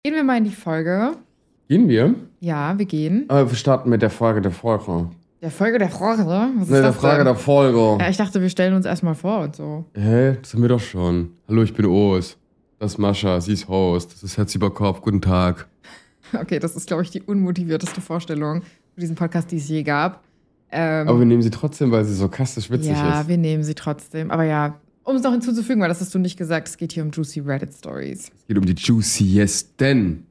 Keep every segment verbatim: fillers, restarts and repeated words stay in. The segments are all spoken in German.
Gehen wir mal in die Folge. Gehen wir? Ja, wir gehen. Aber wir starten mit der Frage der Folge. Der Folge der Frage? Was ist Ne, der das Frage denn? der Folge. Ja, ich dachte, wir stellen uns erstmal vor und so. Hä? Das haben wir doch schon. Hallo, ich bin Oos. Das ist Mascha, sie ist Host. Das ist Herz über Kopf. Guten Tag. Okay, das ist, glaube ich, die unmotivierteste Vorstellung für diesen Podcast, die es je gab. Ähm, Aber wir nehmen sie trotzdem, weil sie sarkastisch witzig ja, ist. wir nehmen sie trotzdem. Aber ja, um es noch hinzuzufügen, weil das hast du nicht gesagt, es geht hier um Juicy Reddit Stories. Es geht um die juiciesten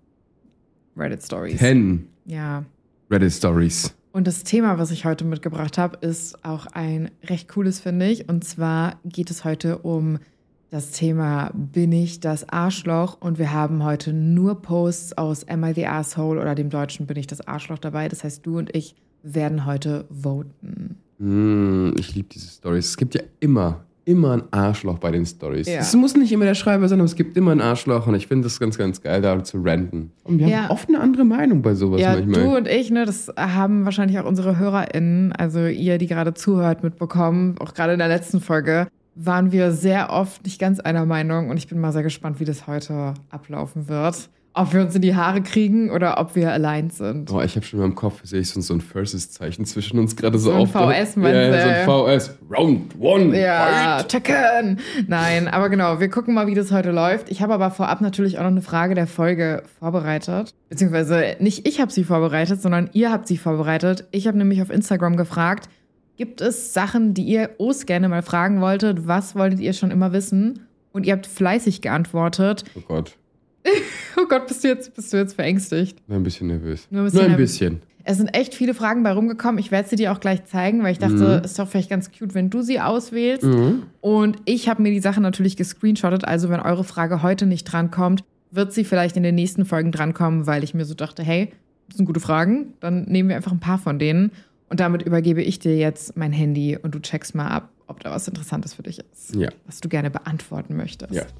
Reddit Stories. ten Ja. Reddit Stories. Und das Thema, was ich heute mitgebracht habe, ist auch ein recht cooles, finde ich. Und zwar geht es heute um das Thema Bin ich das Arschloch? Und wir haben heute nur Posts aus Am I the Asshole oder dem Deutschen Bin ich das Arschloch dabei. Das heißt, du und ich werden heute voten. Hm, ich liebe diese Stories. Es gibt ja immer, immer ein Arschloch bei den Stories. Ja. Es muss nicht immer der Schreiber sein, aber es gibt immer ein Arschloch. Und ich finde das ganz, ganz geil, da zu ranten. Und wir Ja. haben oft eine andere Meinung bei sowas Ja, manchmal. du und ich, ne, das haben wahrscheinlich auch unsere HörerInnen, also ihr, die gerade zuhört, mitbekommen. Auch gerade in der letzten Folge waren wir sehr oft nicht ganz einer Meinung. Und ich bin mal sehr gespannt, wie das heute ablaufen wird. Ob wir uns in die Haare kriegen oder ob wir allein sind. Oh, ich habe schon mal im Kopf, sehe ich so, so ein Versus-Zeichen zwischen uns gerade so, So ein auf. V S, meinst ja, du? ja, so ein V S. Round one. Ja, Fight. Tekken! Nein, aber genau, wir gucken mal, wie das heute läuft. Ich habe aber vorab natürlich auch noch eine Frage der Folge vorbereitet. Beziehungsweise nicht ich habe sie vorbereitet, sondern ihr habt sie vorbereitet. Ich habe nämlich auf Instagram gefragt, gibt es Sachen, die ihr Os gerne mal fragen wolltet? Was wolltet ihr schon immer wissen? Und ihr habt fleißig geantwortet. Oh Gott. Oh Gott, bist du jetzt, bist du jetzt verängstigt? Nur ein bisschen nervös. Nur ein bisschen Nur ein nervös. bisschen. Es sind echt viele Fragen bei rumgekommen. Ich werde sie dir auch gleich zeigen, weil ich dachte, ist doch vielleicht ganz cute, wenn du sie auswählst. Mhm. Und ich habe mir die Sache natürlich gescreenshottet. Also wenn eure Frage heute nicht drankommt, wird sie vielleicht in den nächsten Folgen drankommen, weil ich mir so dachte, hey, das sind gute Fragen. Dann nehmen wir einfach ein paar von denen. Und damit übergebe ich dir jetzt mein Handy und du checkst mal ab, ob da was Interessantes für dich ist. Ja. Was du gerne beantworten möchtest. Ja.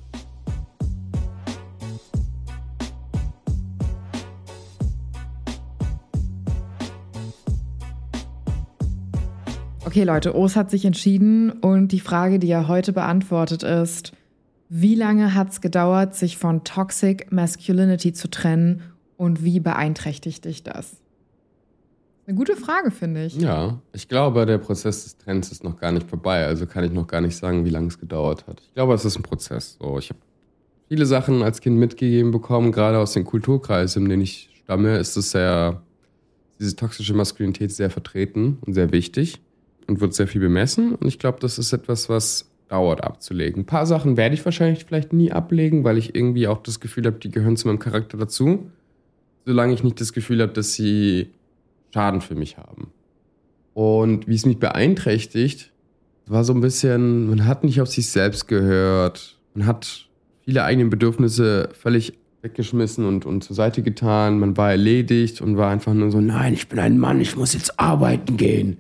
Okay, Leute, Os hat sich entschieden und die Frage, die er heute beantwortet, ist: Wie lange hat es gedauert, sich von Toxic Masculinity zu trennen und wie beeinträchtigt dich das? Eine gute Frage, finde ich. Ja, ich glaube, der Prozess des Trends ist noch gar nicht vorbei. Also kann ich noch gar nicht sagen, wie lange es gedauert hat. Ich glaube, es ist ein Prozess. So, ich habe viele Sachen als Kind mitgegeben bekommen, gerade aus den Kulturkreisen, in denen ich stamme, ist es sehr, diese toxische Maskulinität sehr vertreten und sehr wichtig und wird sehr viel bemessen. Und ich glaube, das ist etwas, was dauert abzulegen. Ein paar Sachen werde ich wahrscheinlich vielleicht nie ablegen, weil ich irgendwie auch das Gefühl habe, die gehören zu meinem Charakter dazu. Solange ich nicht das Gefühl habe, dass sie Schaden für mich haben. Und wie es mich beeinträchtigt, war so ein bisschen, man hat nicht auf sich selbst gehört. Man hat viele eigene Bedürfnisse völlig weggeschmissen und, und zur Seite getan. Man war erledigt und war einfach nur so, nein, ich bin ein Mann, ich muss jetzt arbeiten gehen.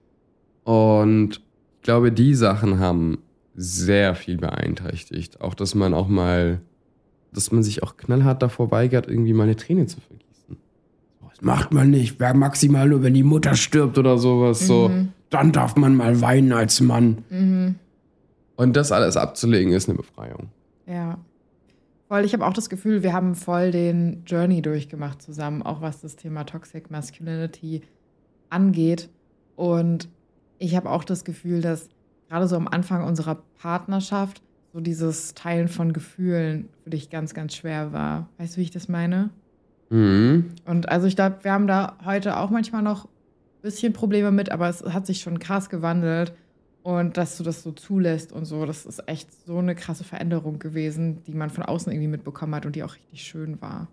Und ich glaube, die Sachen haben sehr viel beeinträchtigt. Auch, dass man auch mal, dass man sich auch knallhart davor weigert, irgendwie mal eine Träne zu vergießen. Das macht man nicht. Wäre maximal nur, wenn die Mutter stirbt oder sowas. Mhm. So, dann darf man mal weinen als Mann. Mhm. Und das alles abzulegen, ist eine Befreiung. Ja. Voll, ich habe auch das Gefühl, wir haben voll den Journey durchgemacht zusammen, auch was das Thema Toxic Masculinity angeht. Und ich habe auch das Gefühl, dass gerade so am Anfang unserer Partnerschaft so dieses Teilen von Gefühlen für dich ganz, ganz schwer war. Weißt du, wie ich das meine? Mhm. Und also ich glaube, wir haben da heute auch manchmal noch ein bisschen Probleme mit, aber es hat sich schon krass gewandelt. Und dass du das so zulässt und so, das ist echt so eine krasse Veränderung gewesen, die man von außen irgendwie mitbekommen hat und die auch richtig schön war.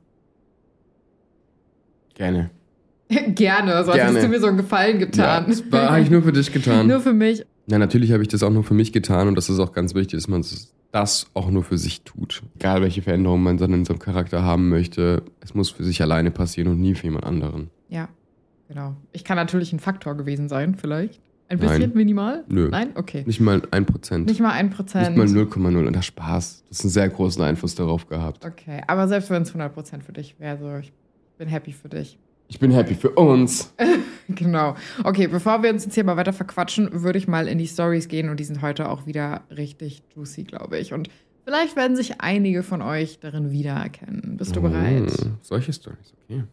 Gerne. Gerne, so als Gerne. hättest du mir so einen Gefallen Ja, getan. das war- habe ich nur für dich getan. Nur für mich. Ja, natürlich habe ich das auch nur für mich getan und das ist auch ganz wichtig, dass man das auch nur für sich tut. Egal, welche Veränderungen man dann in so einem Charakter haben möchte, es muss für sich alleine passieren und nie für jemand anderen. Ja, genau. Ich kann natürlich ein Faktor gewesen sein, vielleicht. Ein bisschen Nein. minimal? Nö. Nein? Okay. Nicht mal ein Prozent. Nicht mal ein Prozent. Nicht mal null Komma null. Und das Spaß. Das ist einen sehr großen Einfluss darauf gehabt. Okay, aber selbst wenn es hundert Prozent für dich wäre, so, ich bin happy für dich. Ich bin happy für uns. Genau. Okay, bevor wir uns jetzt hier mal weiter verquatschen, würde ich mal in die Stories gehen und die sind heute auch wieder richtig juicy, glaube ich. Und Vielleicht werden sich einige von euch darin wiedererkennen. Bist du bereit? Oh, solche Storys, okay.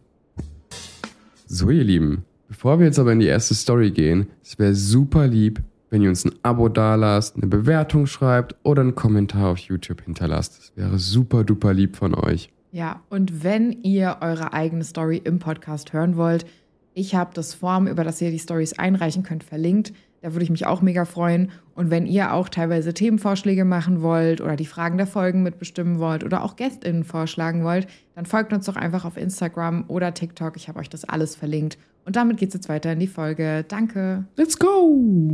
So, ihr Lieben, bevor wir jetzt aber in die erste Story gehen, es wäre super lieb, wenn ihr uns ein Abo dalasst, eine Bewertung schreibt oder einen Kommentar auf YouTube hinterlasst. Das wäre super duper lieb von euch. Ja, und wenn ihr eure eigene Story im Podcast hören wollt, ich habe das Form, über das ihr die Storys einreichen könnt, verlinkt. Da würde ich mich auch mega freuen. Und wenn ihr auch teilweise Themenvorschläge machen wollt oder die Fragen der Folgen mitbestimmen wollt oder auch GästInnen vorschlagen wollt, dann folgt uns doch einfach auf Instagram oder TikTok. Ich habe euch das alles verlinkt. Und damit geht's jetzt weiter in die Folge. Danke. Let's go!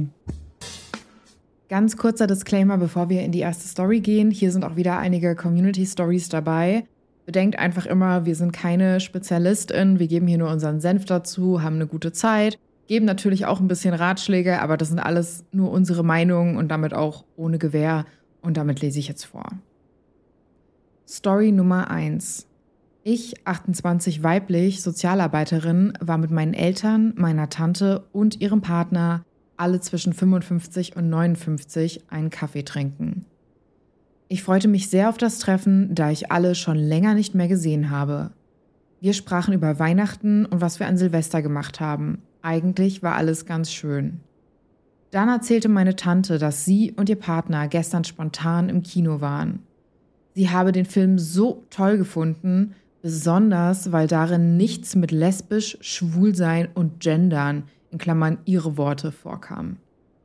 Ganz kurzer Disclaimer, bevor wir in die erste Story gehen. Hier sind auch wieder einige Community-Stories dabei. Bedenkt einfach immer, wir sind keine SpezialistInnen. Wir geben hier nur unseren Senf dazu, haben eine gute Zeit. Geben natürlich auch ein bisschen Ratschläge, aber das sind alles nur unsere Meinungen und damit auch ohne Gewähr. Und damit lese ich jetzt vor. Story Nummer eins. Ich, achtundzwanzig weiblich, Sozialarbeiterin, war mit meinen Eltern, meiner Tante und ihrem Partner, alle zwischen fünfundfünfzig und neunundfünfzig, einen Kaffee trinken. Ich freute mich sehr auf das Treffen, da ich alle schon länger nicht mehr gesehen habe. Wir sprachen über Weihnachten und was wir an Silvester gemacht haben. Eigentlich war alles ganz schön. Dann erzählte meine Tante, dass sie und ihr Partner gestern spontan im Kino waren. Sie habe den Film so toll gefunden, besonders weil darin nichts mit lesbisch, Schwulsein und Gendern, in Klammern ihre Worte, vorkam.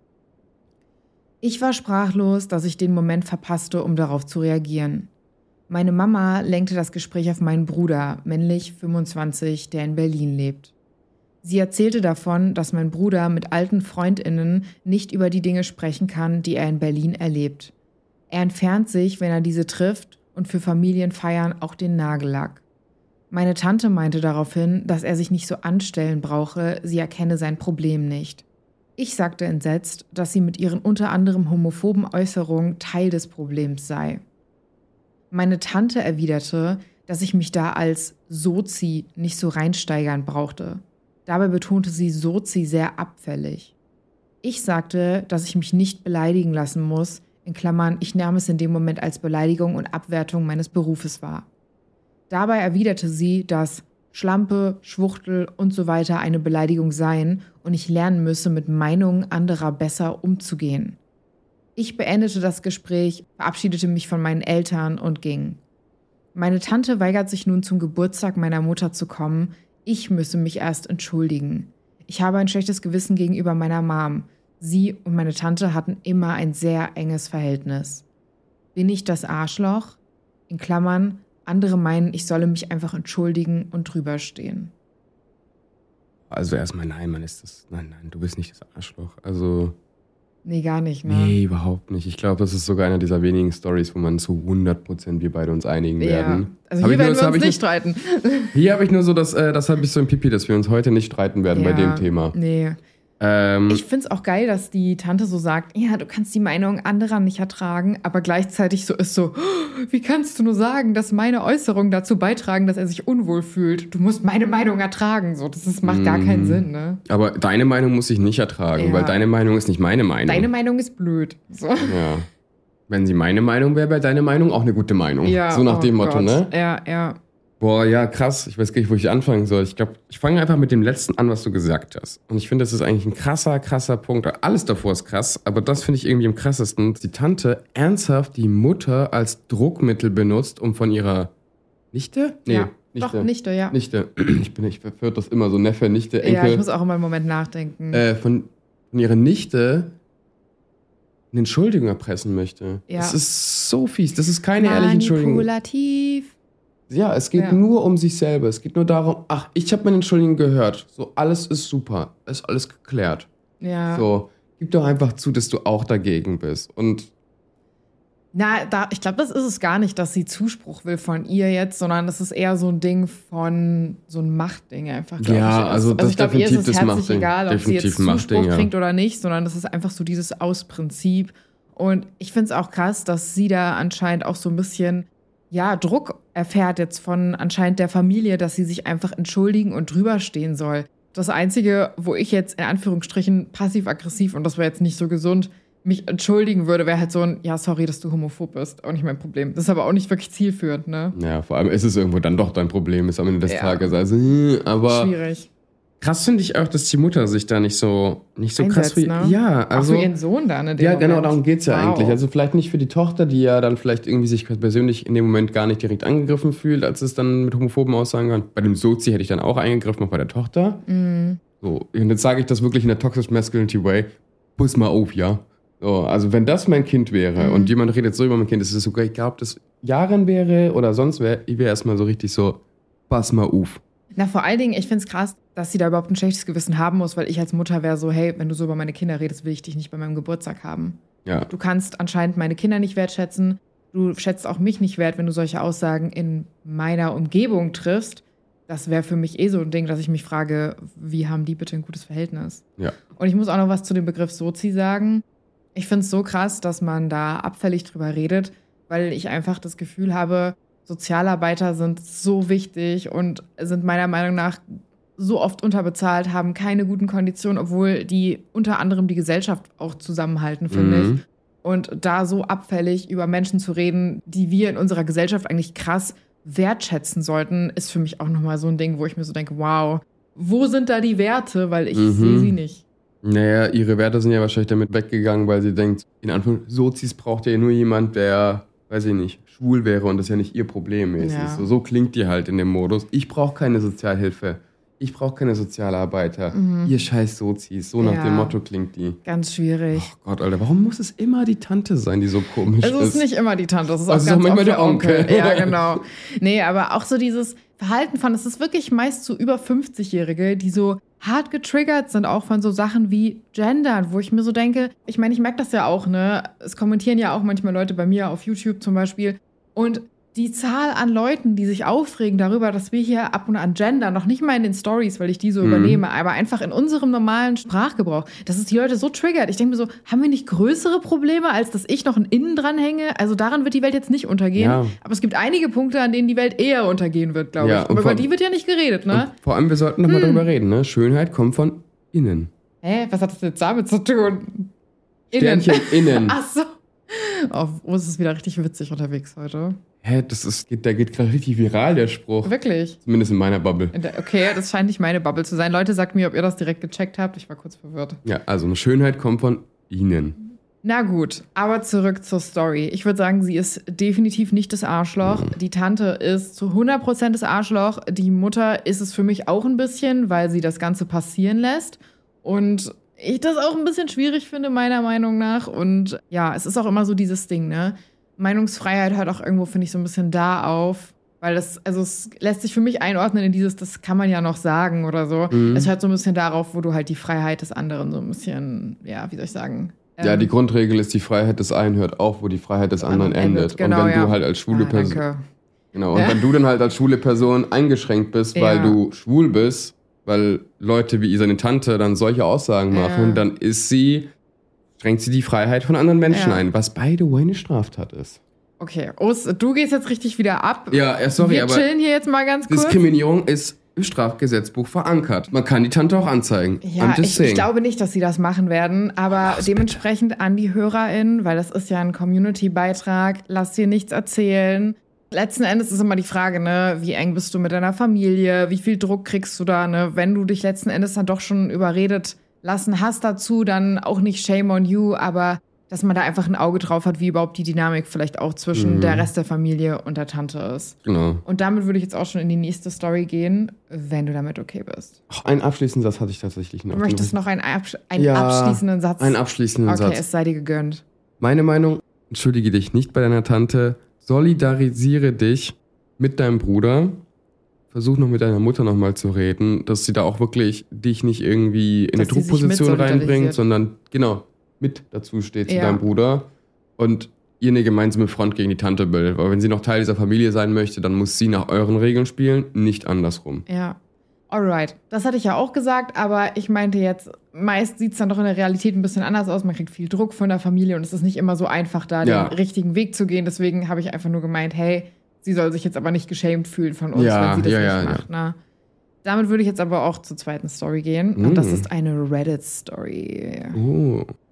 Ich war sprachlos, dass ich den Moment verpasste, um darauf zu reagieren. Meine Mama lenkte das Gespräch auf meinen Bruder, männlich fünfundzwanzig, der in Berlin lebt. Sie erzählte davon, dass mein Bruder mit alten FreundInnen nicht über die Dinge sprechen kann, die er in Berlin erlebt. Er entfernt sich, wenn er diese trifft, und für Familienfeiern auch den Nagellack. Meine Tante meinte daraufhin, dass er sich nicht so anstellen brauche, sie erkenne sein Problem nicht. Ich sagte entsetzt, dass sie mit ihren unter anderem homophoben Äußerungen Teil des Problems sei. Meine Tante erwiderte, dass ich mich da als Sozi nicht so reinsteigern brauchte. Dabei betonte sie Sozi sehr abfällig. Ich sagte, dass ich mich nicht beleidigen lassen muss, in Klammern, ich nahm es in dem Moment als Beleidigung und Abwertung meines Berufes wahr. Dabei erwiderte sie, dass Schlampe, Schwuchtel und so weiter eine Beleidigung seien und ich lernen müsse, mit Meinungen anderer besser umzugehen. Ich beendete das Gespräch, verabschiedete mich von meinen Eltern und ging. Meine Tante weigert sich nun zum Geburtstag meiner Mutter zu kommen. Ich müsse mich erst entschuldigen. Ich habe ein schlechtes Gewissen gegenüber meiner Mom. Sie und meine Tante hatten immer ein sehr enges Verhältnis. Bin ich das Arschloch? In Klammern, andere meinen, ich solle mich einfach entschuldigen und drüber stehen. Also erstmal nein, man ist das, nein, nein, du bist nicht das Arschloch. Also Nee, gar nicht, ne? nee, überhaupt nicht. Ich glaube, das ist sogar einer dieser wenigen Storys, wo man zu hundert Prozent wir beide uns einigen Ja. werden. Also Hab hier ich werden nur- wir hab uns ich nicht streiten. Hier habe ich nur so das, äh, das habe ich so im Pipi, dass wir uns heute nicht streiten werden bei Ja, dem Thema. Nee. Ähm, Ich finde es auch geil, dass die Tante so sagt, ja, du kannst die Meinung anderer nicht ertragen, aber gleichzeitig so ist so, "Oh, wie kannst du nur sagen, dass meine Äußerungen dazu beitragen, dass er sich unwohl fühlt? Du musst meine Meinung ertragen. So, das ist, macht gar keinen Sinn, ne? aber deine Meinung muss ich nicht ertragen, Ja. weil deine Meinung ist nicht meine Meinung. Deine Meinung ist blöd. So. Ja. Wenn sie meine Meinung wäre, wäre deine Meinung auch eine gute Meinung. Ja, so nach oh dem Motto, Gott. ne? Ja, ja. Boah, ja, krass. Ich weiß gar nicht, wo ich anfangen soll. Ich glaube, ich fange einfach mit dem letzten an, was du gesagt hast. Und ich finde, das ist eigentlich ein krasser, krasser Punkt. Alles davor ist krass, aber das finde ich irgendwie am krassesten. Die Tante ernsthaft die Mutter als Druckmittel benutzt, um von ihrer Nichte? Nee, ja. Nichte. Doch, Nichte, ja. Nichte. Ich bin, ich verführt das immer so. Neffe, Nichte, Enkel. Ja, ich muss auch immer einen Moment nachdenken. äh, von, von ihrer Nichte eine Entschuldigung erpressen möchte. Ja. Das ist so fies. Das ist keine ehrliche Entschuldigung. Manipulativ. Ja, es geht Ja. nur um sich selber. Es geht nur darum, ach, ich habe meine Entschuldigung gehört. So, alles ist super. Ist alles geklärt. Ja. So, gib doch einfach zu, dass du auch dagegen bist. Und Na, da, ich glaube, das ist es gar nicht, dass sie Zuspruch will von ihr jetzt, sondern das ist eher so ein Ding von, so ein Machtding einfach, glaube Ja, ich. also das ich glaube, ihr ist definitiv es das herzlich Machtding. egal, ob sie Definitiv jetzt ein Machtding, Zuspruch ja. kriegt oder nicht, sondern das ist einfach so dieses Ausprinzip. Und ich finde es auch krass, dass sie da anscheinend auch so ein bisschen, ja, Druck erfährt jetzt von anscheinend der Familie, dass sie sich einfach entschuldigen und drüber stehen soll. Das Einzige, wo ich jetzt in Anführungsstrichen passiv-aggressiv, und das war jetzt nicht so gesund, mich entschuldigen würde, wäre halt so ein, ja, sorry, dass du homophob bist. Auch nicht mein Problem. Das ist aber auch nicht wirklich zielführend, ne? Ja, vor allem ist es irgendwo dann doch dein Problem, ist am Ende des Ja. Tages. Also, aber Schwierig. krass finde ich auch, dass die Mutter sich da nicht so, nicht so krass Einsetzt, wie. ne? Ja, also. Auch für ihren Sohn dann in dem Ja, genau, Moment. darum geht's ja Wow. eigentlich. Also vielleicht nicht für die Tochter, die ja dann vielleicht irgendwie sich persönlich in dem Moment gar nicht direkt angegriffen fühlt, als es dann mit homophoben Aussagen kann. Bei dem Sozi hätte ich dann auch eingegriffen, auch bei der Tochter. Mhm. So, und jetzt sage ich das wirklich in der Toxic Masculinity Way. Puss mal auf, ja. So, also wenn das mein Kind wäre Mhm. und jemand redet so über mein Kind, ist es sogar egal, ob das Jahren wäre oder sonst wäre, ich wäre erstmal so richtig so, pass mal auf. Na, vor allen Dingen, ich finde es krass, dass sie da überhaupt ein schlechtes Gewissen haben muss, weil ich als Mutter wäre so, hey, wenn du so über meine Kinder redest, will ich dich nicht bei meinem Geburtstag haben. Ja. Du kannst anscheinend meine Kinder nicht wertschätzen. Du schätzt auch mich nicht wert, wenn du solche Aussagen in meiner Umgebung triffst. Das wäre für mich eh so ein Ding, dass ich mich frage, wie haben die bitte ein gutes Verhältnis? Ja. Und ich muss auch noch was zu dem Begriff Sozi sagen. Ich finde es so krass, dass man da abfällig drüber redet, weil ich einfach das Gefühl habe, Sozialarbeiter sind so wichtig und sind meiner Meinung nach so oft unterbezahlt, haben keine guten Konditionen, obwohl die unter anderem die Gesellschaft auch zusammenhalten, finde Mhm. ich. Und da so abfällig über Menschen zu reden, die wir in unserer Gesellschaft eigentlich krass wertschätzen sollten, ist für mich auch nochmal so ein Ding, wo ich mir so denke, wow, wo sind da die Werte? Weil ich Mhm. sehe sie nicht. Naja, ihre Werte sind ja wahrscheinlich damit weggegangen, weil sie denkt, in Anführungszeichen, Sozis braucht ja nur jemand, der, weiß ich nicht, schwul wäre und das ja nicht ihr Problem ist. Ja. So, so klingt die halt in dem Modus. Ich brauche keine Sozialhilfe. Ich brauche keine Sozialarbeiter. Mhm. Ihr scheiß Sozis. So nach Ja. dem Motto klingt die. Ganz schwierig. Oh Gott, Alter, warum muss es immer die Tante sein, die so komisch Es ist? ist nicht immer die Tante, es ist auch Also ganz manchmal oft der Onkel. Ja, genau. Nee, aber auch so dieses Verhalten von, es ist wirklich meist so über fünfzigjährige, die so hart getriggert sind, auch von so Sachen wie Gendern, wo ich mir so denke, ich meine, ich merke das ja auch, ne? Es kommentieren ja auch manchmal Leute bei mir auf YouTube zum Beispiel. Und die Zahl an Leuten, die sich aufregen darüber, dass wir hier ab und an gendern, noch nicht mal in den Stories, weil ich die so Mhm. übernehme, aber einfach in unserem normalen Sprachgebrauch, dass es die Leute so triggert. Ich denke mir so, haben wir nicht größere Probleme, als dass ich noch ein Innen dran hänge? Also daran wird die Welt jetzt nicht untergehen. Ja. Aber es gibt einige Punkte, an denen die Welt eher untergehen wird, glaube Ja, ich. und Aber über vor- die wird ja nicht geredet, ne? Und vor allem, wir sollten nochmal mal drüber reden, ne? Schönheit kommt von innen. Hä, was hat das jetzt damit zu tun? Sternchen innen. Ach so. Oh, oh, es ist wieder richtig witzig unterwegs heute. Hä, das ist, geht, der geht gerade richtig viral, der Spruch. Wirklich. Zumindest in meiner Bubble. In der- Okay, das scheint nicht meine Bubble zu sein. Leute, sagt mir, ob ihr das direkt gecheckt habt. Ich war kurz verwirrt. Ja, also eine Schönheit kommt von innen. Na gut, aber zurück zur Story. Ich würde sagen, sie ist definitiv nicht das Arschloch. Die Tante ist zu hundert Prozent das Arschloch. Die Mutter ist es für mich auch ein bisschen, weil sie das Ganze passieren lässt. Und ich das auch ein bisschen schwierig finde, meiner Meinung nach. Und ja, es ist auch immer so dieses Ding, ne? Meinungsfreiheit hört auch irgendwo, finde ich, so ein bisschen da auf. Weil das, also es lässt sich für mich einordnen in dieses, das kann man ja noch sagen oder so. Mhm. Es hört so ein bisschen darauf, wo du halt die Freiheit des anderen so ein bisschen, ja, wie soll ich sagen? Ja, ähm, die Grundregel ist, die Freiheit des einen hört auf, wo die Freiheit des anderen endet. Genau, und wenn ja. du halt als schwule Ah, Person. danke. Genau, und Ja. wenn du dann halt als schwule Person eingeschränkt bist, weil Ja. du schwul bist, weil Leute wie seine Tante dann solche Aussagen Ja. machen, dann ist sie, schränkt sie die Freiheit von anderen Menschen Ja. ein, was by the way eine Straftat ist. Okay, Os, du gehst jetzt richtig wieder ab. Ja, äh, sorry, Wir aber chillen hier jetzt mal ganz kurz. Diskriminierung ist im Strafgesetzbuch verankert. Man kann die Tante auch anzeigen. Ja, I'm just ich, ich saying. glaube nicht, dass sie das machen werden, aber Was, dementsprechend an die HörerInnen, weil das ist ja ein Community-Beitrag, lass dir nichts erzählen. Letzten Endes ist immer die Frage, ne, wie eng bist du mit deiner Familie, wie viel Druck kriegst du da, ne, wenn du dich letzten Endes dann doch schon überredet lassen hast dazu, dann auch nicht shame on you, aber dass man da einfach ein Auge drauf hat, wie überhaupt die Dynamik vielleicht auch zwischen Mhm. der Rest der Familie und der Tante ist. Genau. Und damit würde ich jetzt auch schon in die nächste Story gehen, wenn du damit okay bist. Ach, einen abschließenden Satz hatte ich tatsächlich noch. Du möchtest noch einen, Absch einen Ja, abschließenden Satz? einen abschließenden Okay, Satz. es sei dir gegönnt. Meine Meinung, entschuldige dich nicht bei deiner Tante, solidarisiere dich mit deinem Bruder, versuch noch mit deiner Mutter nochmal zu reden, dass sie da auch wirklich dich nicht irgendwie in Dass eine sie sich mit Druckposition reinbringt, solidarisiert. sondern genau, mit dazu steht zu Ja. deinem Bruder und ihr eine gemeinsame Front gegen die Tante bildet. Weil wenn sie noch Teil dieser Familie sein möchte, dann muss sie nach euren Regeln spielen, nicht andersrum. Ja. Alright. Das hatte ich ja auch gesagt, aber ich meinte jetzt, meist sieht es dann doch in der Realität ein bisschen anders aus. Man kriegt viel Druck von der Familie und es ist nicht immer so einfach, da Ja. den richtigen Weg zu gehen. Deswegen habe ich einfach nur gemeint, hey, sie soll sich jetzt aber nicht geschämt fühlen von uns, Ja, wenn sie das ja, nicht ja, macht. Ne? Damit würde ich jetzt aber auch zur zweiten Story gehen. Mm. Und das ist eine Reddit-Story. Oh.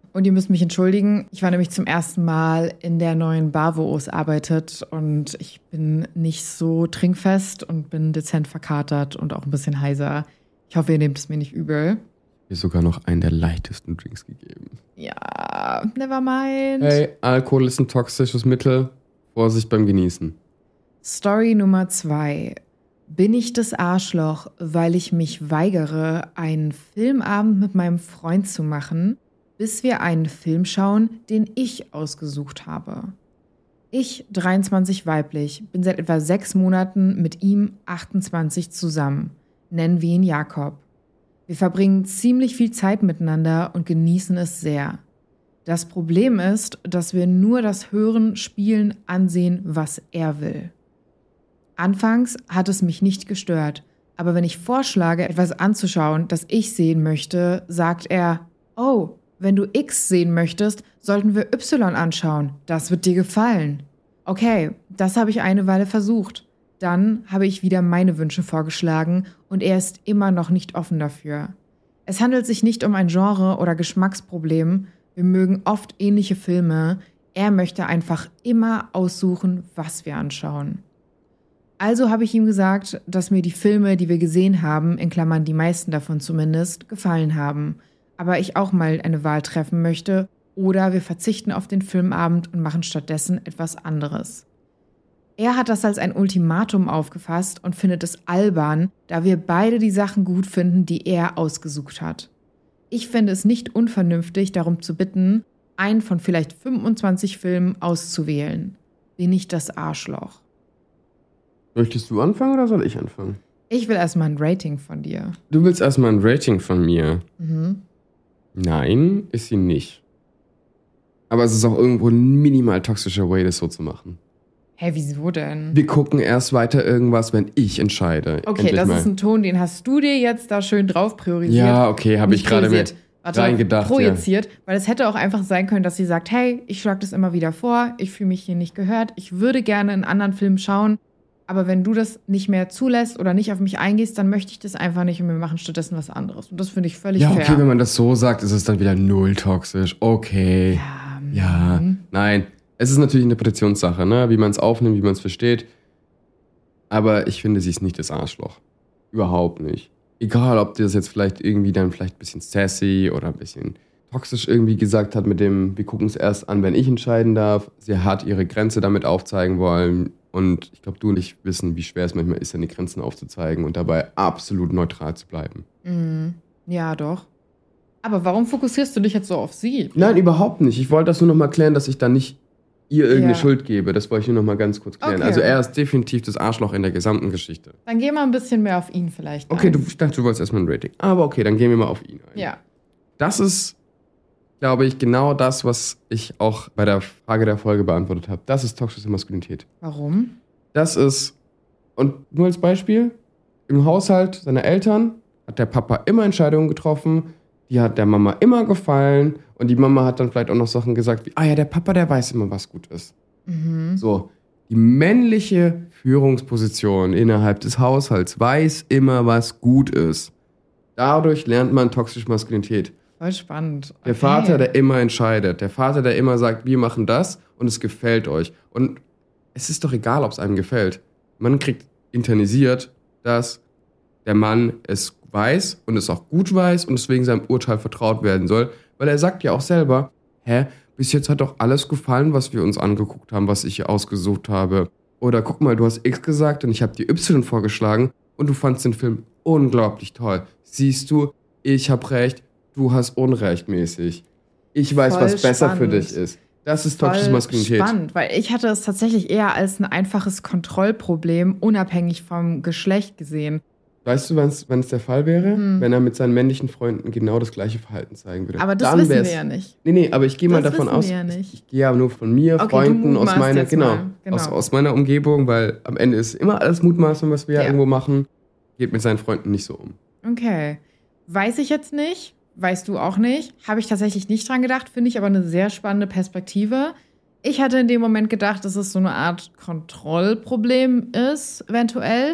Und ihr müsst mich entschuldigen. Ich war nämlich zum ersten Mal in der neuen Bar, wo Urs arbeitet. Und ich bin nicht so trinkfest und bin dezent verkatert und auch ein bisschen heiser. Ich hoffe, ihr nehmt es mir nicht übel. Mir sogar noch einen der leichtesten Drinks gegeben. Ja, never mind. Hey, Alkohol ist ein toxisches Mittel. Vorsicht beim Genießen. Story Nummer zwei. Bin ich das Arschloch, weil ich mich weigere, einen Filmabend mit meinem Freund zu machen, bis wir einen Film schauen, den ich ausgesucht habe? Ich, dreiundzwanzig weiblich, bin seit etwa sechs Monaten mit ihm, achtundzwanzig, zusammen. Nennen wir ihn Jakob. Wir verbringen ziemlich viel Zeit miteinander und genießen es sehr. Das Problem ist, dass wir nur das Hören, Spielen, Ansehen, was er will. Anfangs hat es mich nicht gestört, aber wenn ich vorschlage, etwas anzuschauen, das ich sehen möchte, sagt er, oh, wenn du X sehen möchtest, sollten wir Y anschauen. Das wird dir gefallen. Okay, das habe ich eine Weile versucht. Dann habe ich wieder meine Wünsche vorgeschlagen und er ist immer noch nicht offen dafür. Es handelt sich nicht um ein Genre- oder Geschmacksproblem. Wir mögen oft ähnliche Filme. Er möchte einfach immer aussuchen, was wir anschauen. Also habe ich ihm gesagt, dass mir die Filme, die wir gesehen haben, in Klammern die meisten davon zumindest, gefallen haben. Aber ich auch mal eine Wahl treffen möchte oder wir verzichten auf den Filmabend und machen stattdessen etwas anderes. Er hat das als ein Ultimatum aufgefasst und findet es albern, da wir beide die Sachen gut finden, die er ausgesucht hat. Ich finde es nicht unvernünftig, darum zu bitten, einen von vielleicht fünfundzwanzig Filmen auszuwählen. Bin ich das Arschloch? Möchtest du anfangen oder soll ich anfangen? Ich will erstmal ein Rating von dir. Du willst erstmal ein Rating von mir? Mhm. Nein, ist sie nicht. Aber es ist auch irgendwo ein minimal toxischer Way, das so zu machen. Hä, hey, wieso denn? Wir gucken erst weiter irgendwas, wenn ich entscheide. Okay, Endlich das mal. ist ein Ton, den hast du dir jetzt da schön drauf priorisiert. Ja, okay, habe ich gerade mit Warte, reingedacht. projiziert, Ja. Weil es hätte auch einfach sein können, dass sie sagt, hey, ich schlage das immer wieder vor, ich fühle mich hier nicht gehört, ich würde gerne einen anderen Film schauen, aber wenn du das nicht mehr zulässt oder nicht auf mich eingehst, dann möchte ich das einfach nicht und wir machen stattdessen was anderes. Und das finde ich völlig Ja, fair. okay, wenn man das so sagt, ist es dann wieder null toxisch. Okay. Ja, Ja, nein. Es ist natürlich eine Interpretationssache, ne? Wie man es aufnimmt, wie man es versteht. Aber ich finde, sie ist nicht das Arschloch. Überhaupt nicht. Egal, ob die das jetzt vielleicht irgendwie dann vielleicht ein bisschen sassy oder ein bisschen toxisch irgendwie gesagt hat mit dem, wir gucken es erst an, wenn ich entscheiden darf. Sie hat ihre Grenze damit aufzeigen wollen. Und ich glaube, du und ich wissen, wie schwer es manchmal ist, dann die Grenzen aufzuzeigen und dabei absolut neutral zu bleiben. Mhm. Ja, doch. Aber warum fokussierst du dich jetzt so auf sie? Nein, überhaupt nicht. Ich wollte das nur noch mal klären, dass ich da nicht ihr irgendeine Ja. Schuld gebe. Das wollte ich nur noch mal ganz kurz klären. Okay. Also er ist definitiv das Arschloch in der gesamten Geschichte. Dann geh mal ein bisschen mehr auf ihn vielleicht Okay, ein. du, ich dachte, du wolltest erstmal ein Rating. Aber okay, dann gehen wir mal auf ihn ein. Ja. Das ist, glaube ich, genau das, was ich auch bei der Frage der Folge beantwortet habe. Das ist toxische Maskulinität. Warum? Das ist, und nur als Beispiel, im Haushalt seiner Eltern hat der Papa immer Entscheidungen getroffen, die hat der Mama immer gefallen und die Mama hat dann vielleicht auch noch Sachen gesagt wie, ah ja, der Papa, der weiß immer, was gut ist. Mhm. So, die männliche Führungsposition innerhalb des Haushalts weiß immer, was gut ist. Dadurch lernt man toxische Maskulinität. Voll spannend. Der Okay. Vater, der immer entscheidet. Der Vater, der immer sagt, wir machen das und es gefällt euch. Und es ist doch egal, ob es einem gefällt. Man kriegt internisiert, dass der Mann es weiß und es auch gut weiß und deswegen seinem Urteil vertraut werden soll. Weil er sagt ja auch selber, hä, bis jetzt hat doch alles gefallen, was wir uns angeguckt haben, was ich hier ausgesucht habe. Oder guck mal, du hast X gesagt und ich habe dir Y vorgeschlagen und du fandst den Film unglaublich toll. Siehst du, ich habe recht, du hast Unrecht mäßig. Ich weiß, Voll was besser für spannend. dich ist. Das ist toxische Maskulinität. Spannend, weil ich hatte es tatsächlich eher als ein einfaches Kontrollproblem, unabhängig vom Geschlecht gesehen. Weißt du, wenn es der Fall wäre? Hm. Wenn er mit seinen männlichen Freunden genau das gleiche Verhalten zeigen würde. Aber das Dann wissen wär's- wir ja nicht. Nee, nee, aber ich gehe mal Das davon wissen aus, wir ja ich, nicht. ich gehe ja nur von mir, Okay, du Freunden aus mutmaßt meiner, jetzt genau, mal. Genau. Aus, aus meiner Umgebung, weil am Ende ist immer alles Mutmaßung, was wir ja Ja. irgendwo machen. Geht mit seinen Freunden nicht so um. Okay. Weiß ich jetzt nicht. Weißt du auch nicht. Habe ich tatsächlich nicht dran gedacht. Finde ich aber eine sehr spannende Perspektive. Ich hatte in dem Moment gedacht, dass es so eine Art Kontrollproblem ist, eventuell.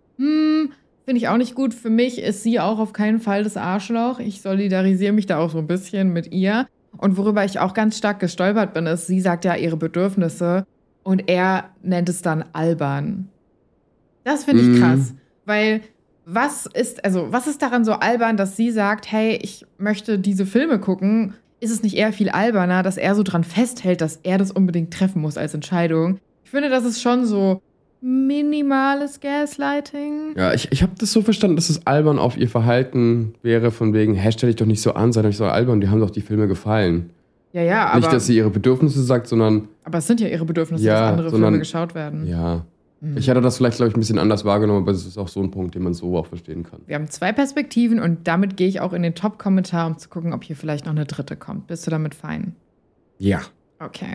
Hm, finde ich auch nicht gut. Für mich ist sie auch auf keinen Fall das Arschloch. Ich solidarisiere mich da auch so ein bisschen mit ihr. Und worüber ich auch ganz stark gestolpert bin, ist, sie sagt ja ihre Bedürfnisse und er nennt es dann albern. Das finde ich Mhm. krass, weil was ist, also was ist daran so albern, dass sie sagt, hey, ich möchte diese Filme gucken? Ist es nicht eher viel alberner, dass er so dran festhält, dass er das unbedingt treffen muss als Entscheidung? Ich finde, das ist schon so minimales Gaslighting. Ja, ich, ich habe das so verstanden, dass es albern auf ihr Verhalten wäre, von wegen, hä, stell dich doch nicht so an, sei doch nicht so albern, die haben doch die Filme gefallen. Ja, ja, aber, Nicht, dass sie ihre Bedürfnisse sagt, sondern, aber es sind ja ihre Bedürfnisse, Ja, dass andere sondern- Filme geschaut werden. ja. Mhm. Ich hatte das vielleicht, glaube ich, ein bisschen anders wahrgenommen, aber es ist auch so ein Punkt, den man so auch verstehen kann. Wir haben zwei Perspektiven und damit gehe ich auch in den Top-Kommentar, um zu gucken, ob hier vielleicht noch eine dritte kommt. Bist du damit fein? Ja. Okay.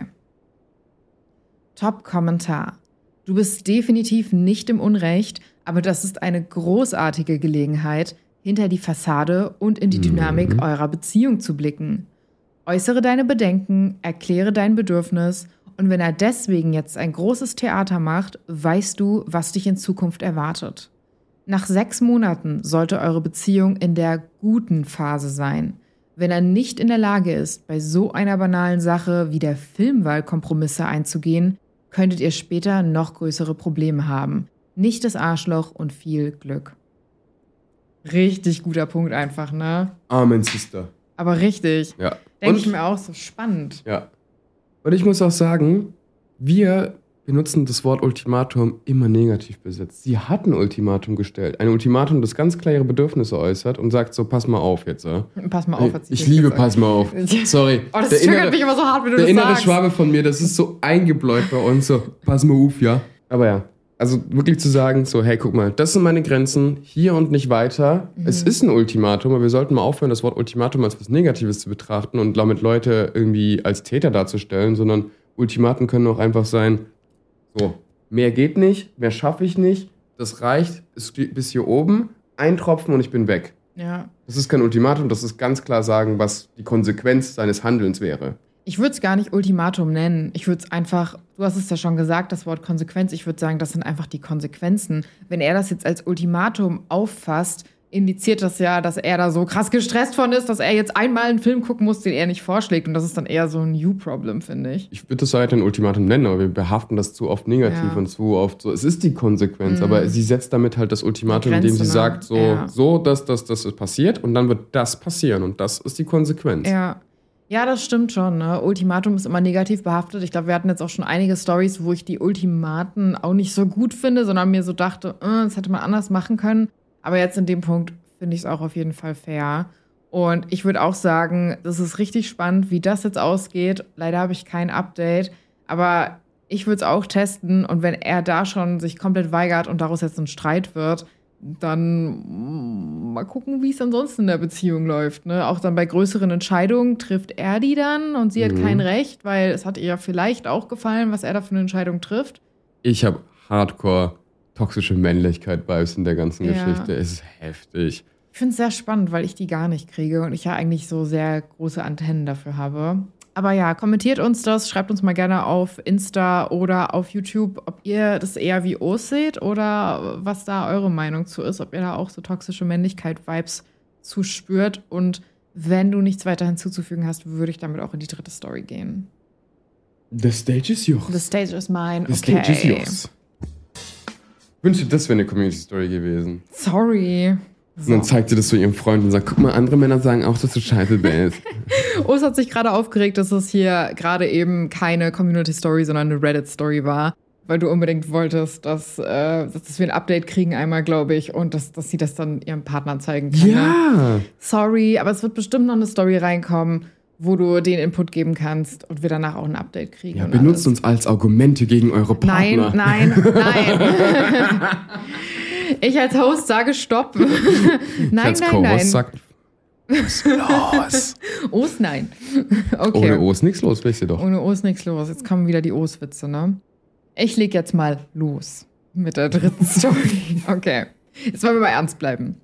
Top-Kommentar. Du bist definitiv nicht im Unrecht, aber das ist eine großartige Gelegenheit, hinter die Fassade und in die Dynamik Mhm. eurer Beziehung zu blicken. Äußere deine Bedenken, erkläre dein Bedürfnis und wenn er deswegen jetzt ein großes Theater macht, weißt du, was dich in Zukunft erwartet. Nach sechs Monaten sollte eure Beziehung in der guten Phase sein. Wenn er nicht in der Lage ist, bei so einer banalen Sache wie der Filmwahl Kompromisse einzugehen, könntet ihr später noch größere Probleme haben. Nicht das Arschloch und viel Glück. Richtig guter Punkt einfach, ne? Amen, Sister. Aber richtig. Ja. Denke Und- ich mir auch so spannend. Ja. Und ich muss auch sagen, wir benutzen das Wort Ultimatum immer negativ besetzt. Sie hat ein Ultimatum gestellt. Ein Ultimatum, das ganz klar ihre Bedürfnisse äußert und sagt so, pass mal auf jetzt. Ja? Pass mal auf, hat sie Ich nicht liebe, gesagt. pass mal auf. Sorry. Oh, das Der triggert innere- mich immer so hart, wenn du Der das innere sagst. Schwabe von mir, das ist so eingebläut bei uns, so, pass mal auf, ja. Aber ja, also wirklich zu sagen, so, hey, guck mal, das sind meine Grenzen, hier und nicht weiter. Mhm. Es ist ein Ultimatum, aber wir sollten mal aufhören, das Wort Ultimatum als was Negatives zu betrachten und damit Leute irgendwie als Täter darzustellen, sondern Ultimaten können auch einfach sein, so, mehr geht nicht, mehr schaffe ich nicht, das reicht, ist bis hier oben, ein Tropfen und ich bin weg. Ja. Das ist kein Ultimatum, das ist ganz klar sagen, was die Konsequenz seines Handelns wäre. Ich würde es gar nicht Ultimatum nennen. Ich würde es einfach, du hast es ja schon gesagt, das Wort Konsequenz. Ich würde sagen, das sind einfach die Konsequenzen. Wenn er das jetzt als Ultimatum auffasst, indiziert das ja, dass er da so krass gestresst von ist, dass er jetzt einmal einen Film gucken muss, den er nicht vorschlägt. Und das ist dann eher so ein You-Problem, finde ich. Ich würde das halt ein Ultimatum nennen, aber wir behaften das zu oft negativ Ja. und zu oft so. Es ist die Konsequenz, Mhm. aber sie setzt damit halt das Ultimatum, Eine indem Grenze, sie ne? sagt, so, Ja. so, dass das, das ist passiert und dann wird das passieren und das ist die Konsequenz. Ja. Ja, das stimmt schon. Ne? Ultimatum ist immer negativ behaftet. Ich glaube, wir hatten jetzt auch schon einige Storys, wo ich die Ultimaten auch nicht so gut finde, sondern mir so dachte, äh, das hätte man anders machen können. Aber jetzt in dem Punkt finde ich es auch auf jeden Fall fair. Und ich würde auch sagen, das ist richtig spannend, wie das jetzt ausgeht. Leider habe ich kein Update, aber ich würde es auch testen. Und wenn er da schon sich komplett weigert und daraus jetzt ein Streit wird, dann mm, mal gucken, wie es ansonsten in der Beziehung läuft. Ne? Auch dann bei größeren Entscheidungen trifft er die dann und sie hat Mhm. kein Recht, weil es hat ihr ja vielleicht auch gefallen, was er da für eine Entscheidung trifft. Ich habe hardcore toxische Männlichkeit-Vibes in der ganzen Ja. Geschichte. Es ist heftig. Ich finde es sehr spannend, weil ich die gar nicht kriege und ich ja eigentlich so sehr große Antennen dafür habe. Aber ja, kommentiert uns das, schreibt uns mal gerne auf Insta oder auf YouTube, ob ihr das eher wie Os seht oder was da eure Meinung zu ist, ob ihr da auch so toxische Männlichkeit-Vibes zuspürt. Und wenn du nichts weiter hinzuzufügen hast, würde ich damit auch in die dritte Story gehen. The stage is yours. The stage is mine. The Okay. stage is yours. Ich wünschte, das wäre eine Community-Story gewesen. Sorry. Und dann zeigt sie das zu ihrem Freund und sagt, guck mal, andere Männer sagen auch, dass du scheiße bist. Os hat sich gerade aufgeregt, dass es hier gerade eben keine Community-Story, sondern eine Reddit-Story war. Weil du unbedingt wolltest, dass, äh, dass wir ein Update kriegen einmal, glaube ich, und dass, dass sie das dann ihrem Partner zeigen kann. Ne? Ja. Sorry, aber es wird bestimmt noch eine Story reinkommen, wo du den Input geben kannst und wir danach auch ein Update kriegen. Ja, und benutzt alles. uns als Argumente gegen eure Partner. Nein, nein, nein. Ich als Host sage Stopp. nein, als nein, Co-Host nein. sagt, was ist los? Os, nein. Okay. Ohne O ist nichts los, wisst ihr doch. Ohne O ist nichts los. Jetzt kommen wieder die Os-Witze, ne? Ich leg jetzt mal los mit der dritten Story. Okay. Jetzt wollen wir mal ernst bleiben.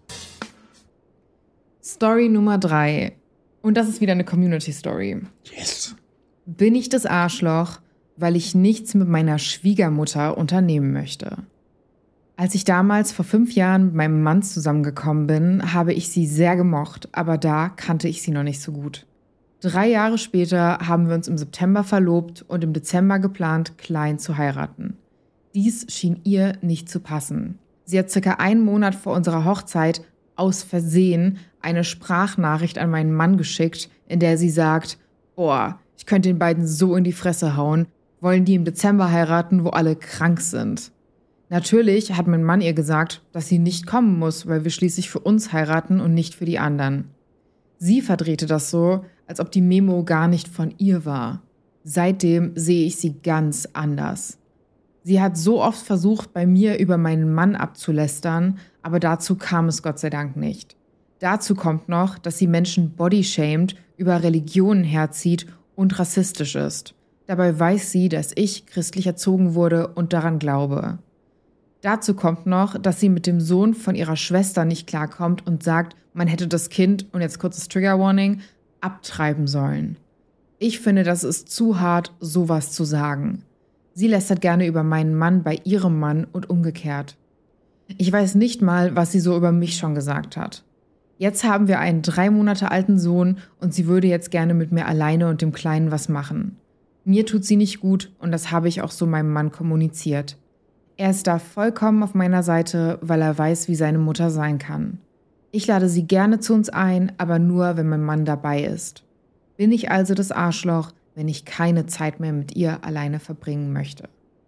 Story Nummer drei. Und das ist wieder eine Community-Story. Yes. Bin ich das Arschloch, weil ich nichts mit meiner Schwiegermutter unternehmen möchte? Als ich damals vor fünf Jahren mit meinem Mann zusammengekommen bin, habe ich sie sehr gemocht, aber da kannte ich sie noch nicht so gut. Drei Jahre später haben wir uns im September verlobt und im Dezember geplant, klein zu heiraten. Dies schien ihr nicht zu passen. Sie hat circa einen Monat vor unserer Hochzeit aus Versehen eine Sprachnachricht an meinen Mann geschickt, in der sie sagt, boah, ich könnte den beiden so in die Fresse hauen, wollen die im Dezember heiraten, wo alle krank sind. Natürlich hat mein Mann ihr gesagt, dass sie nicht kommen muss, weil wir schließlich für uns heiraten und nicht für die anderen. Sie verdrehte das so, als ob die Memo gar nicht von ihr war. Seitdem sehe ich sie ganz anders. Sie hat so oft versucht, bei mir über meinen Mann abzulästern, aber dazu kam es Gott sei Dank nicht. Dazu kommt noch, dass sie Menschen bodyshamed, über Religionen herzieht und rassistisch ist. Dabei weiß sie, dass ich christlich erzogen wurde und daran glaube. Dazu kommt noch, dass sie mit dem Sohn von ihrer Schwester nicht klarkommt und sagt, man hätte das Kind, und jetzt kurzes Trigger Warning, abtreiben sollen. Ich finde, das ist zu hart, sowas zu sagen. Sie lästert gerne über meinen Mann bei ihrem Mann und umgekehrt. Ich weiß nicht mal, was sie so über mich schon gesagt hat. Jetzt haben wir einen drei Monate alten Sohn und sie würde jetzt gerne mit mir alleine und dem Kleinen was machen. Mir tut sie nicht gut und das habe ich auch so meinem Mann kommuniziert. Er ist da vollkommen auf meiner Seite, weil er weiß, wie seine Mutter sein kann. Ich lade sie gerne zu uns ein, aber nur, wenn mein Mann dabei ist. Bin ich also das Arschloch, wenn ich keine Zeit mehr mit ihr alleine verbringen möchte?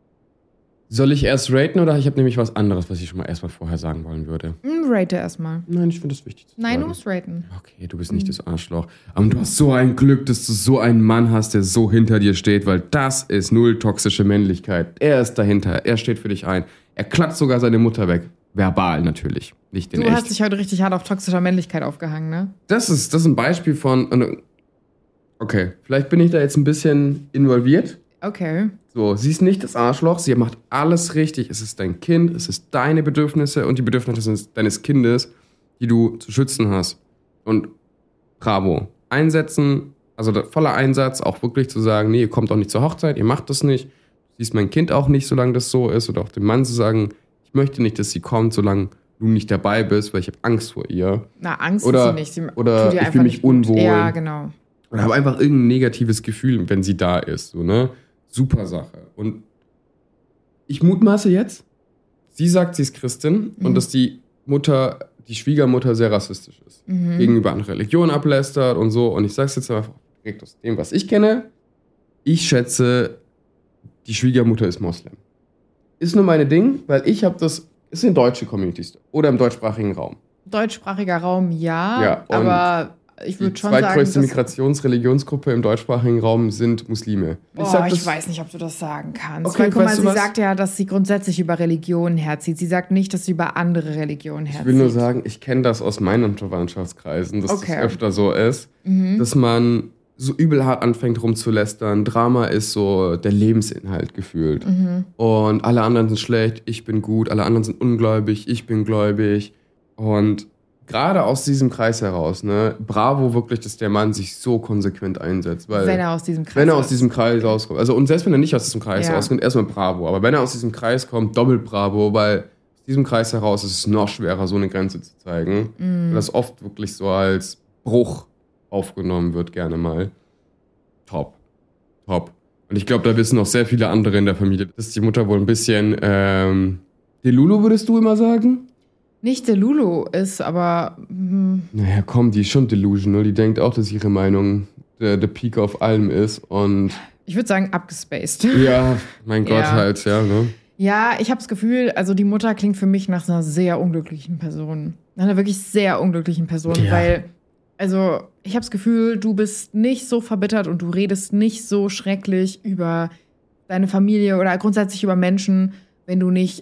Soll ich erst raten oder ich habe nämlich was anderes, was ich schon mal erstmal vorher sagen wollen würde? Mm, rate erstmal. Nein, ich finde das wichtig zu Nein, sagen. du musst raten. Okay, du bist nicht das Arschloch. Aber du hast so ein Glück, dass du so einen Mann hast, der so hinter dir steht, weil das ist null toxische Männlichkeit. Er ist dahinter, er steht für dich ein. Er klatscht sogar seine Mutter weg. Verbal natürlich, nicht in Du echt. hast dich heute richtig hart auf toxischer Männlichkeit aufgehangen, ne? Das ist, das ist ein Beispiel von... Okay, vielleicht bin ich da jetzt ein bisschen involviert. Okay. So, sie ist nicht das Arschloch, sie macht alles richtig. Es ist dein Kind, es ist deine Bedürfnisse und die Bedürfnisse deines Kindes, die du zu schützen hast. Und bravo. Einsetzen, also der voller Einsatz, auch wirklich zu sagen, nee, ihr kommt auch nicht zur Hochzeit, ihr macht das nicht. Du siehst mein Kind auch nicht, solange das so ist. Oder auch dem Mann zu sagen, ich möchte nicht, dass sie kommt, solange du nicht dabei bist, weil ich habe Angst vor ihr. Na, Angst oder, ist sie nicht. Sie oder tut ihr ich einfach fühle mich nicht gut. unwohl. Ja, genau. Oder habe einfach irgendein negatives Gefühl, wenn sie da ist. So, ne? Super Sache. Und ich mutmaße jetzt, sie sagt, sie ist Christin mhm. und dass die Mutter, die Schwiegermutter sehr rassistisch ist. Mhm. Gegenüber anderen Religionen ablästert und so. Und ich sage es jetzt einfach direkt aus dem, was ich kenne. Ich schätze, die Schwiegermutter ist Moslem. Ist nur meine Ding, weil ich habe das, ist in deutsche Communities oder im deutschsprachigen Raum. Deutschsprachiger Raum, ja, ja aber ich würde schon sagen, die zweitgrößte Migrationsreligionsgruppe im deutschsprachigen Raum sind Muslime. Ich, oh, ich weiß nicht, ob du das sagen kannst. Okay, Weil, guck mal, sie was? sagt ja, dass sie grundsätzlich über Religionen herzieht. Sie sagt nicht, dass sie über andere Religionen herzieht. Ich will nur sagen, ich kenne das aus meinen Verwandtschaftskreisen, dass okay. das öfter so ist, mhm. dass man so übel hart anfängt rumzulästern. Drama ist so der Lebensinhalt gefühlt. Mhm. Und alle anderen sind schlecht, ich bin gut, alle anderen sind ungläubig, ich bin gläubig. Und gerade aus diesem Kreis heraus, ne, bravo wirklich, dass der Mann sich so konsequent einsetzt. Weil wenn er aus diesem Kreis Wenn er aus diesem Kreis rauskommt. Also, und selbst wenn er nicht aus diesem Kreis ja. rauskommt, erstmal bravo. Aber wenn er aus diesem Kreis kommt, doppelt bravo, weil aus diesem Kreis heraus ist es noch schwerer, so eine Grenze zu zeigen. Mm. Weil das oft wirklich so als Bruch aufgenommen wird, gerne mal. Top. Top. Und ich glaube, da wissen auch sehr viele andere in der Familie, dass die Mutter wohl ein bisschen, ähm, Delulu würdest du immer sagen? Nicht Delulu ist, aber... Hm. Naja, komm, die ist schon delusional. Die denkt auch, dass ihre Meinung der, der Peak auf allem ist und... Ich würde sagen, abgespaced. Ja, mein Gott, ja. halt, ja, ne? Ja, ich habe das Gefühl, also die Mutter klingt für mich nach einer sehr unglücklichen Person. Nach einer wirklich sehr unglücklichen Person, ja. weil... Also, ich habe das Gefühl, du bist nicht so verbittert und du redest nicht so schrecklich über deine Familie oder grundsätzlich über Menschen, wenn du nicht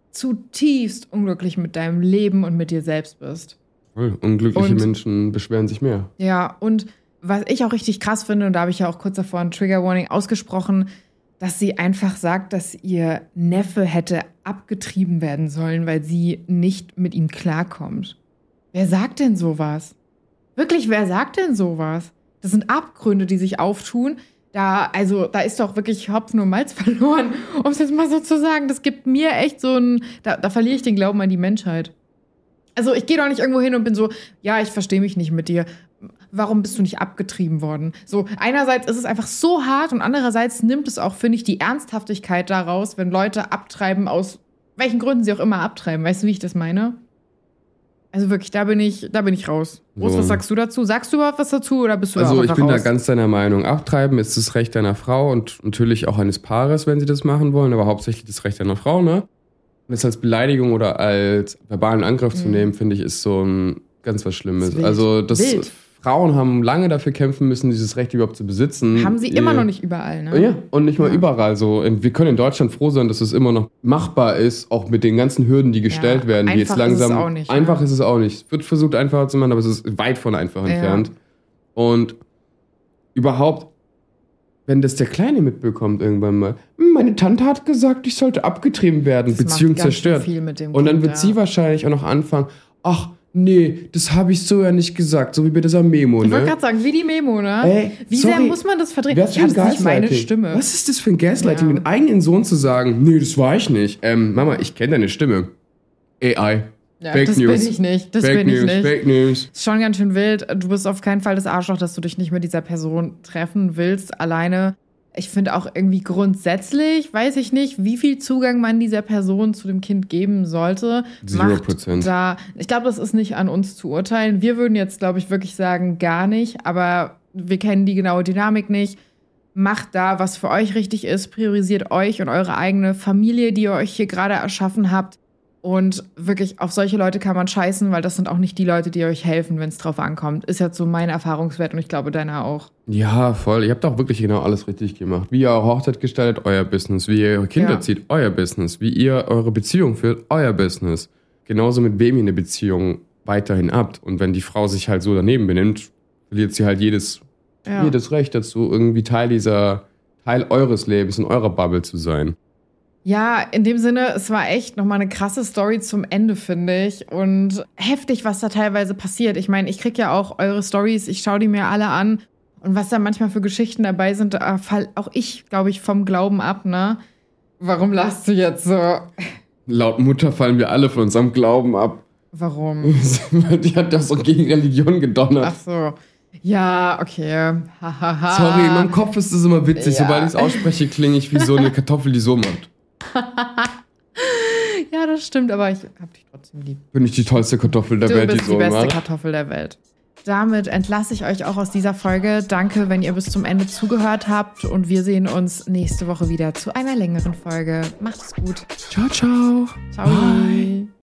zutiefst unglücklich mit deinem Leben und mit dir selbst bist. Voll. Unglückliche und, Menschen beschweren sich mehr. Ja, und was ich auch richtig krass finde, und da habe ich ja auch kurz davor ein Trigger Warning ausgesprochen, dass sie einfach sagt, dass ihr Neffe hätte abgetrieben werden sollen, weil sie nicht mit ihm klarkommt. Wer sagt denn sowas? Wirklich, wer sagt denn sowas? Das sind Abgründe, die sich auftun. Da, also, da ist doch wirklich Hopfen und Malz verloren, um es jetzt mal so zu sagen. Das gibt mir echt so ein, da, da verliere ich den Glauben an die Menschheit. Also, ich gehe doch nicht irgendwo hin und bin so, ja, ich verstehe mich nicht mit dir. warum bist du nicht abgetrieben worden? So, einerseits ist es einfach so hart und andererseits nimmt es auch, finde ich, die Ernsthaftigkeit daraus, wenn Leute abtreiben, aus welchen Gründen sie auch immer abtreiben. Weißt du, wie ich das meine? Also wirklich, da bin ich, da bin ich raus. Groß, so. Was sagst du dazu? Sagst du überhaupt was dazu oder bist du Also auch ich bin raus? da ganz deiner Meinung. Abtreiben ist das Recht einer Frau und natürlich auch eines Paares, wenn sie das machen wollen, aber hauptsächlich das Recht einer Frau, ne? Und das als Beleidigung oder als verbalen Angriff mhm. zu nehmen, finde ich, ist so ein ganz was Schlimmes. Das also das Wild. Frauen haben lange dafür kämpfen müssen, dieses Recht überhaupt zu besitzen. Haben sie immer noch nicht überall, ne? Ja, und nicht mal ja. überall. So, wir können in Deutschland froh sein, dass es immer noch machbar ist, auch mit den ganzen Hürden, die gestellt ja, werden, die jetzt langsam. Ist es auch nicht, einfach ja. ist es auch nicht. Es wird versucht, einfacher zu machen, aber es ist weit von einfach ja. entfernt. Und überhaupt, wenn das der Kleine mitbekommt irgendwann mal, meine Tante hat gesagt, ich sollte abgetrieben werden, das Beziehung zerstört. Viel mit dem und dann Kind, wird ja. sie wahrscheinlich auch noch anfangen, ach, nee, das habe ich so ja nicht gesagt, so wie bei dieser Memo, ne? Ich wollte gerade sagen, wie die Memo, ne? Ey, wie sorry, sehr muss man das verdrehen? Das ist nicht meine Stimme. Was ist das für ein Gaslighting, ja. den eigenen Sohn zu sagen, nee, das war ich nicht. Ähm, Mama, ich kenne deine Stimme. A I. Ja, Fake das News. bin ich nicht. Das Fake bin ich News, nicht. Fake News. Ist schon ganz schön wild. Du bist auf keinen Fall das Arschloch, dass du dich nicht mit dieser Person treffen willst, alleine. Ich finde auch irgendwie grundsätzlich, weiß ich nicht, wie viel Zugang man dieser Person zu dem Kind geben sollte. Zero Prozent. Da, ich glaube, das ist nicht an uns zu urteilen. Wir würden jetzt, glaube ich, wirklich sagen, gar nicht. Aber wir kennen die genaue Dynamik nicht. Macht da, was für euch richtig ist. Priorisiert euch und eure eigene Familie, die ihr euch hier gerade erschaffen habt. Und wirklich, auf solche Leute kann man scheißen, weil das sind auch nicht die Leute, die euch helfen, wenn es drauf ankommt. Ist jetzt so mein Erfahrungswert und ich glaube, deiner auch. Ja, voll. Ihr habt auch wirklich genau alles richtig gemacht. Wie ihr eure Hochzeit gestaltet, euer Business. Wie ihr eure Kinder ja. zieht, euer Business. Wie ihr eure Beziehung führt, euer Business. Genauso mit wem ihr eine Beziehung weiterhin habt. Und wenn die Frau sich halt so daneben benimmt, verliert sie halt jedes, ja. jedes Recht dazu, irgendwie Teil dieser, Teil eures Lebens, in eurer Bubble zu sein. Ja, in dem Sinne, es war echt nochmal eine krasse Story zum Ende, finde ich. Und heftig, was da teilweise passiert. Ich meine, ich kriege ja auch eure Stories, ich schaue die mir alle an. Und was da manchmal für Geschichten dabei sind, da fall auch ich, glaube ich, vom Glauben ab, ne? Warum lachst du jetzt so? Laut Mutter fallen wir alle von unserem Glauben ab. Warum? Die hat das so gegen Religion gedonnert. Ach so. Ja, okay. Sorry, in meinem Kopf ist das immer witzig. Ja. Sobald ich es ausspreche, klinge ich wie so eine Kartoffel, die so macht. Ja, das stimmt, aber ich hab dich trotzdem lieb. Bin ich die tollste Kartoffel der du Welt, die bist so die beste macht. Kartoffel der Welt. Damit entlasse ich euch auch aus dieser Folge. Danke, wenn ihr bis zum Ende zugehört habt und wir sehen uns nächste Woche wieder zu einer längeren Folge. Macht's gut. Ciao, ciao. Ciao. Bye.